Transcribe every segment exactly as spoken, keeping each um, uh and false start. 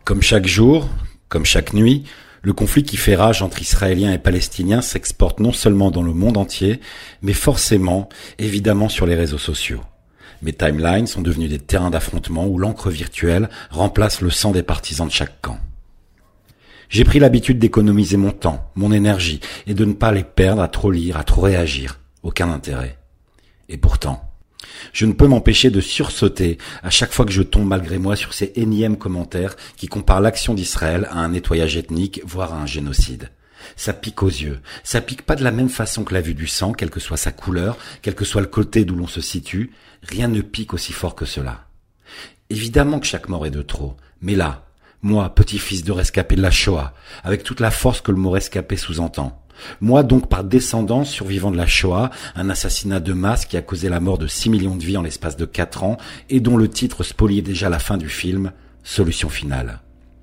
Comme chaque jour, comme chaque nuit, le conflit qui fait rage entre Israéliens et Palestiniens s'exporte non seulement dans le monde entier, mais forcément, évidemment sur les réseaux sociaux. Mes timelines sont devenus des terrains d'affrontement où l'encre virtuelle remplace le sang des partisans de chaque camp. J'ai pris l'habitude d'économiser mon temps, mon énergie, et de ne pas les perdre à trop lire, à trop réagir. Aucun intérêt. Et pourtant, je ne peux m'empêcher de sursauter à chaque fois que je tombe malgré moi sur ces énièmes commentaires qui comparent l'action d'Israël à un nettoyage ethnique, voire à un génocide. Ça pique aux yeux. Ça pique pas de la même façon que la vue du sang, quelle que soit sa couleur, quel que soit le côté d'où l'on se situe. Rien ne pique aussi fort que cela. Évidemment que chaque mort est de trop. Mais là, moi, petit-fils de rescapé de la Shoah, avec toute la force que le mot rescapé sous-entend. Moi donc par descendance survivant de la Shoah, un assassinat de masse qui a causé la mort de six millions de vies en l'espace de quatre ans et dont le titre spoliait déjà la fin du film, Solution finale.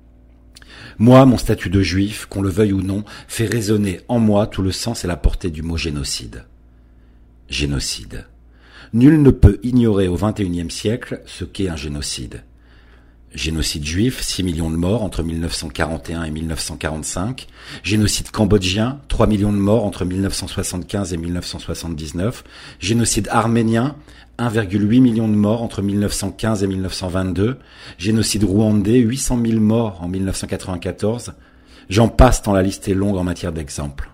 Moi, mon statut de juif, qu'on le veuille ou non, fait résonner en moi tout le sens et la portée du mot génocide. Génocide. Nul ne peut ignorer au vingt et unième siècle ce qu'est un génocide. Génocide juif, six millions de morts entre mille neuf cent quarante et un et mille neuf cent quarante-cinq. Génocide cambodgien, trois millions de morts entre mille neuf cent soixante-quinze et mille neuf cent soixante-dix-neuf. Génocide arménien, un virgule huit million de morts entre mille neuf cent quinze et mille neuf cent vingt-deux. Génocide rwandais, huit cent mille morts en mille neuf cent quatre-vingt-quatorze. J'en passe tant la liste est longue en matière d'exemples.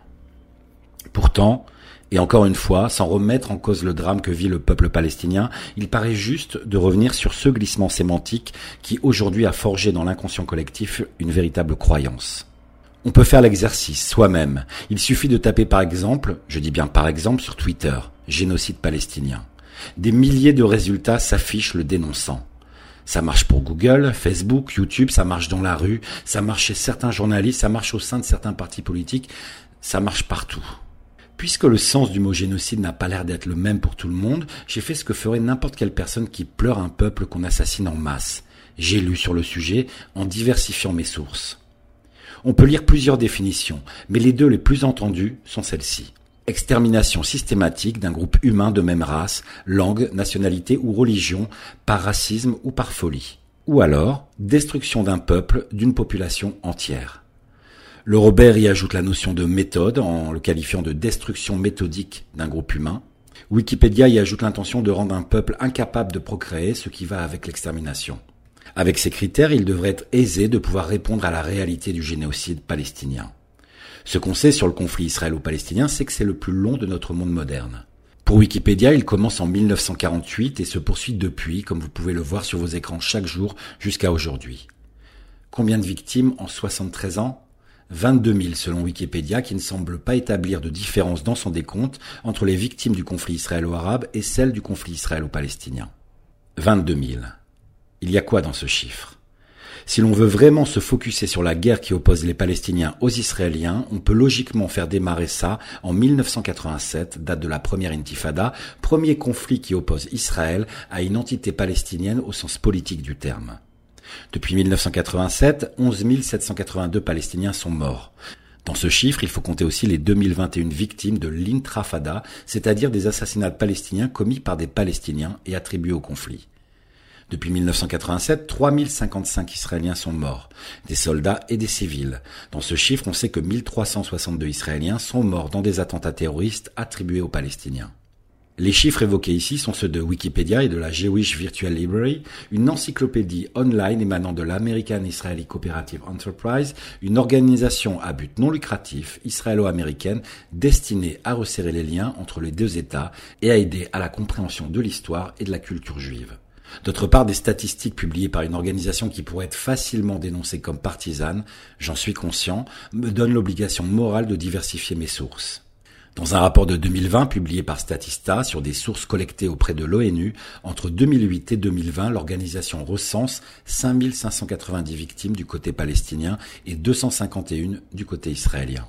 Pourtant, et encore une fois, sans remettre en cause le drame que vit le peuple palestinien, il paraît juste de revenir sur ce glissement sémantique qui aujourd'hui a forgé dans l'inconscient collectif une véritable croyance. On peut faire l'exercice soi-même. Il suffit de taper par exemple, je dis bien par exemple sur Twitter, génocide palestinien. Des milliers de résultats s'affichent le dénonçant. Ça marche pour Google, Facebook, YouTube, ça marche dans la rue, ça marche chez certains journalistes, ça marche au sein de certains partis politiques, ça marche partout. Puisque le sens du mot génocide n'a pas l'air d'être le même pour tout le monde, j'ai fait ce que ferait n'importe quelle personne qui pleure un peuple qu'on assassine en masse. J'ai lu sur le sujet en diversifiant mes sources. On peut lire plusieurs définitions, mais les deux les plus entendues sont celles-ci. Extermination systématique d'un groupe humain de même race, langue, nationalité ou religion, par racisme ou par folie. Ou alors, destruction d'un peuple, d'une population entière. Le Robert y ajoute la notion de méthode en le qualifiant de destruction méthodique d'un groupe humain. Wikipédia y ajoute l'intention de rendre un peuple incapable de procréer, ce qui va avec l'extermination. Avec ces critères, il devrait être aisé de pouvoir répondre à la réalité du génocide palestinien. Ce qu'on sait sur le conflit israélo-palestinien, c'est que c'est le plus long de notre monde moderne. Pour Wikipédia, il commence en mille neuf cent quarante-huit et se poursuit depuis, comme vous pouvez le voir sur vos écrans chaque jour, jusqu'à aujourd'hui. Combien de victimes en soixante-treize ans ? vingt-deux mille selon Wikipédia, qui ne semble pas établir de différence dans son décompte entre les victimes du conflit israélo-arabe et celles du conflit israélo-palestinien. vingt-deux mille. Il y a quoi dans ce chiffre ? Si l'on veut vraiment se focuser sur la guerre qui oppose les Palestiniens aux Israéliens, on peut logiquement faire démarrer ça en mille neuf cent quatre-vingt-sept, date de la première intifada, premier conflit qui oppose Israël à une entité palestinienne au sens politique du terme. Depuis mille neuf cent quatre-vingt-sept, onze mille sept cent quatre-vingt-deux Palestiniens sont morts. Dans ce chiffre, il faut compter aussi les deux mille vingt et une victimes de l'intifada, c'est-à-dire des assassinats palestiniens commis par des Palestiniens et attribués au conflit. Depuis mille neuf cent quatre-vingt-sept, trois mille cinquante-cinq Israéliens sont morts, des soldats et des civils. Dans ce chiffre, on sait que mille trois cent soixante-deux Israéliens sont morts dans des attentats terroristes attribués aux Palestiniens. Les chiffres évoqués ici sont ceux de Wikipédia et de la Jewish Virtual Library, une encyclopédie online émanant de l'American Israeli Cooperative Enterprise, une organisation à but non lucratif israélo-américaine destinée à resserrer les liens entre les deux États et à aider à la compréhension de l'histoire et de la culture juive. D'autre part, des statistiques publiées par une organisation qui pourrait être facilement dénoncée comme partisane, j'en suis conscient, me donnent l'obligation morale de diversifier mes sources. Dans un rapport de deux mille vingt publié par Statista sur des sources collectées auprès de l'ONU, entre deux mille huit et deux mille vingt, l'organisation recense cinq mille cinq cent quatre-vingt-dix victimes du côté palestinien et deux cent cinquante et un du côté israélien.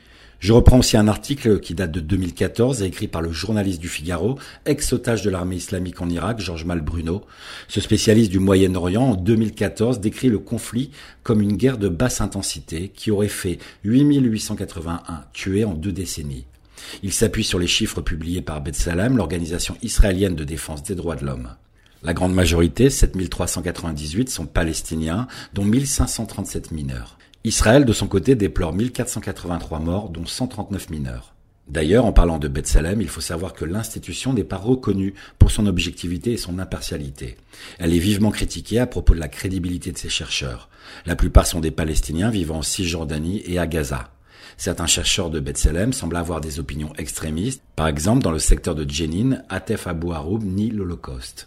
Je reprends aussi un article qui date de deux mille quatorze et écrit par le journaliste du Figaro, ex-otage de l'armée islamique en Irak, Georges Malbruno. Ce spécialiste du Moyen-Orient, en deux mille quatorze, décrit le conflit comme une guerre de basse intensité qui aurait fait huit mille huit cent quatre-vingt-un tués en deux décennies. Il s'appuie sur les chiffres publiés par B'Tselem, l'organisation israélienne de défense des droits de l'homme. La grande majorité, sept mille trois cent quatre-vingt-dix-huit, sont palestiniens, dont mille cinq cent trente-sept mineurs. Israël, de son côté, déplore mille quatre cent quatre-vingt-trois morts, dont cent trente-neuf mineurs. D'ailleurs, en parlant de B'Tselem, il faut savoir que l'institution n'est pas reconnue pour son objectivité et son impartialité. Elle est vivement critiquée à propos de la crédibilité de ses chercheurs. La plupart sont des Palestiniens vivant en Cisjordanie et à Gaza. Certains chercheurs de B'Tselem semblent avoir des opinions extrémistes. Par exemple, dans le secteur de Jenin, Atef Abou Haroub nie l'Holocauste.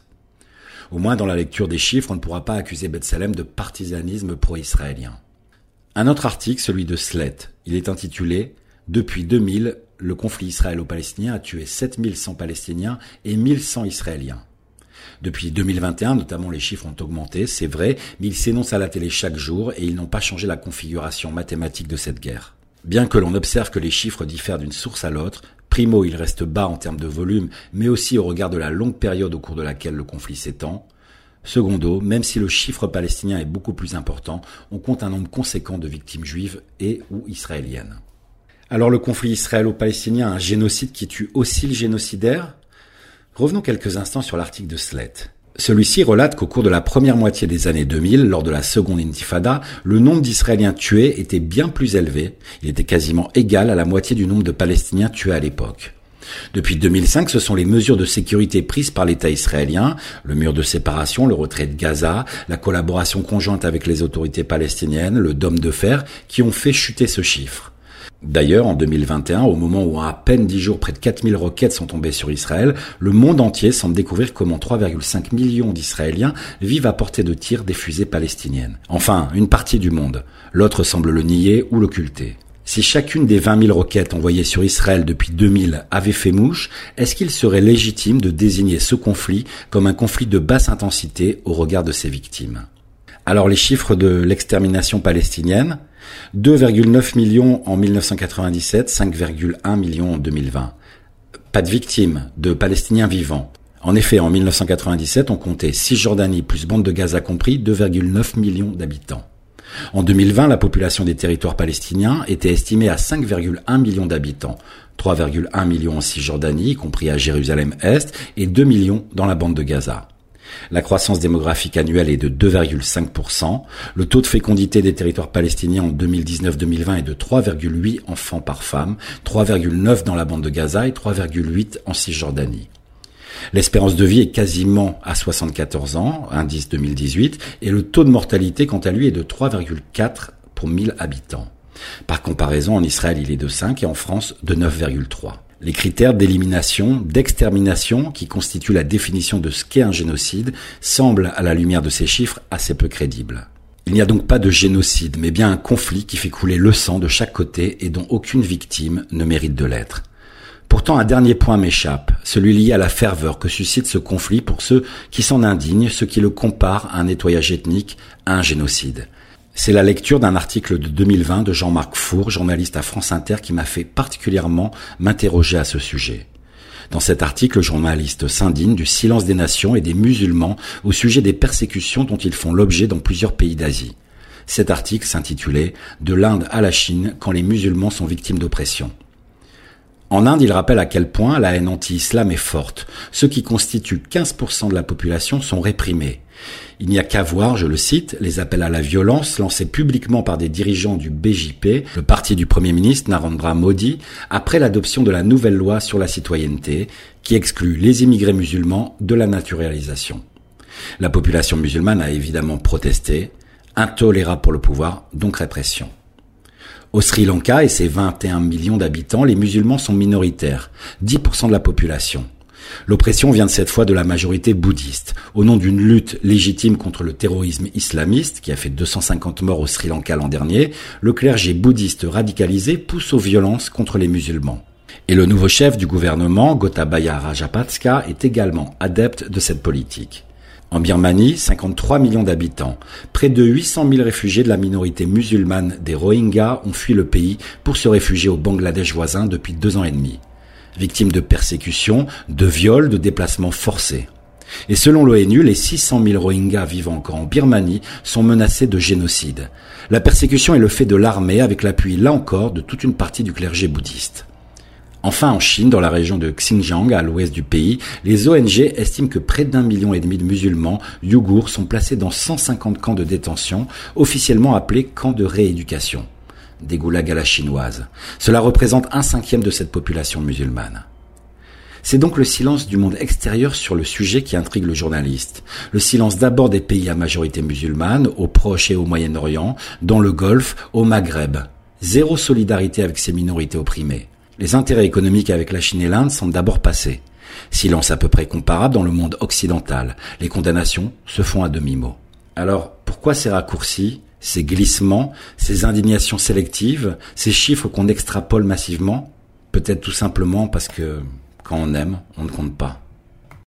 Au moins, dans la lecture des chiffres, on ne pourra pas accuser B'Tselem de partisanisme pro-israélien. Un autre article, celui de Slate. Il est intitulé « Depuis deux mille, le conflit israélo-palestinien a tué sept mille cent Palestiniens et mille cent Israéliens. » Depuis deux mille vingt et un, notamment, les chiffres ont augmenté, c'est vrai, mais ils s'énoncent à la télé chaque jour et ils n'ont pas changé la configuration mathématique de cette guerre. Bien que l'on observe que les chiffres diffèrent d'une source à l'autre, primo, ils restent bas en termes de volume, mais aussi au regard de la longue période au cours de laquelle le conflit s'étend. Secondo, même si le chiffre palestinien est beaucoup plus important, on compte un nombre conséquent de victimes juives et ou israéliennes. Alors le conflit israélo-palestinien, un génocide qui tue aussi le génocidaire ? Revenons quelques instants sur l'article de Slate. Celui-ci relate qu'au cours de la première moitié des années deux mille, lors de la seconde intifada, le nombre d'Israéliens tués était bien plus élevé. Il était quasiment égal à la moitié du nombre de Palestiniens tués à l'époque. Depuis deux mille cinq, ce sont les mesures de sécurité prises par l'État israélien, le mur de séparation, le retrait de Gaza, la collaboration conjointe avec les autorités palestiniennes, le dôme de fer, qui ont fait chuter ce chiffre. D'ailleurs, en deux mille vingt et un, au moment où en à peine dix jours, près de quatre mille roquettes sont tombées sur Israël, le monde entier semble découvrir comment trois virgule cinq millions d'Israéliens vivent à portée de tir des fusées palestiniennes. Enfin, une partie du monde. L'autre semble le nier ou l'occulter. Si chacune des vingt mille roquettes envoyées sur Israël depuis deux mille avait fait mouche, est-ce qu'il serait légitime de désigner ce conflit comme un conflit de basse intensité au regard de ses victimes ? Alors les chiffres de l'extermination palestinienne, deux virgule neuf millions en mille neuf cent quatre-vingt-dix-sept, cinq virgule un millions en deux mille vingt. Pas de victimes, de Palestiniens vivants. En effet, en mille neuf cent quatre-vingt-dix-sept, on comptait Cisjordanie plus bande de Gaza compris, deux virgule neuf millions d'habitants. En deux mille vingt, la population des territoires palestiniens était estimée à cinq virgule un millions d'habitants, trois virgule un millions en Cisjordanie, y compris à Jérusalem-Est, et deux millions dans la bande de Gaza. La croissance démographique annuelle est de deux virgule cinq pour cent. Le taux de fécondité des territoires palestiniens en deux mille dix-neuf deux mille vingt est de trois virgule huit enfants par femme, trois virgule neuf dans la bande de Gaza et trois virgule huit en Cisjordanie. L'espérance de vie est quasiment à soixante-quatorze ans, indice deux mille dix-huit, et le taux de mortalité, quant à lui, est de trois virgule quatre pour mille habitants. Par comparaison, en Israël, il est de cinq et en France, de neuf virgule trois. Les critères d'élimination, d'extermination, qui constituent la définition de ce qu'est un génocide, semblent, à la lumière de ces chiffres, assez peu crédibles. Il n'y a donc pas de génocide, mais bien un conflit qui fait couler le sang de chaque côté et dont aucune victime ne mérite de l'être. Pourtant, un dernier point m'échappe, celui lié à la ferveur que suscite ce conflit pour ceux qui s'en indignent, ceux qui le comparent à un nettoyage ethnique, à un génocide. C'est la lecture d'un article de deux mille vingt de Jean-Marc Four, journaliste à France Inter, qui m'a fait particulièrement m'interroger à ce sujet. Dans cet article, le journaliste s'indigne du silence des nations et des musulmans au sujet des persécutions dont ils font l'objet dans plusieurs pays d'Asie. Cet article s'intitulait « De l'Inde à la Chine, quand les musulmans sont victimes d'oppression ». En Inde, il rappelle à quel point la haine anti-islam est forte. Ceux qui constituent quinze pour cent de la population sont réprimés. Il n'y a qu'à voir, je le cite, les appels à la violence lancés publiquement par des dirigeants du B J P, le parti du Premier ministre Narendra Modi, après l'adoption de la nouvelle loi sur la citoyenneté, qui exclut les immigrés musulmans de la naturalisation. La population musulmane a évidemment protesté, intolérable pour le pouvoir, donc répression. Au Sri Lanka et ses vingt et un millions d'habitants, les musulmans sont minoritaires, dix pour cent de la population. L'oppression vient de cette fois de la majorité bouddhiste. Au nom d'une lutte légitime contre le terrorisme islamiste, qui a fait deux cent cinquante morts au Sri Lanka l'an dernier, le clergé bouddhiste radicalisé pousse aux violences contre les musulmans. Et le nouveau chef du gouvernement, Gotabaya Rajapaksa, est également adepte de cette politique. En Birmanie, cinquante-trois millions d'habitants. Près de huit cent mille réfugiés de la minorité musulmane des Rohingyas ont fui le pays pour se réfugier au Bangladesh voisin depuis deux ans et demi. Victimes de persécutions, de viols, de déplacements forcés. Et selon l'ONU, les six cent mille Rohingyas vivant encore en Birmanie sont menacés de génocide. La persécution est le fait de l'armée avec l'appui, là encore, de toute une partie du clergé bouddhiste. Enfin, en Chine, dans la région de Xinjiang, à l'ouest du pays, les O N G estiment que près d'un million et demi de musulmans ouïghours sont placés dans cent cinquante camps de détention, officiellement appelés camps de rééducation. Des goulags à la chinoise. Cela représente un cinquième de cette population musulmane. C'est donc le silence du monde extérieur sur le sujet qui intrigue le journaliste. Le silence d'abord des pays à majorité musulmane, au Proche et au Moyen-Orient, dans le Golfe, au Maghreb. Zéro solidarité avec ces minorités opprimées. Les intérêts économiques avec la Chine et l'Inde sont d'abord passés. Silence à peu près comparable dans le monde occidental. Les condamnations se font à demi-mot. Alors, pourquoi ces raccourcis, ces glissements, ces indignations sélectives, ces chiffres qu'on extrapole massivement? Peut-être tout simplement parce que quand on aime, on ne compte pas.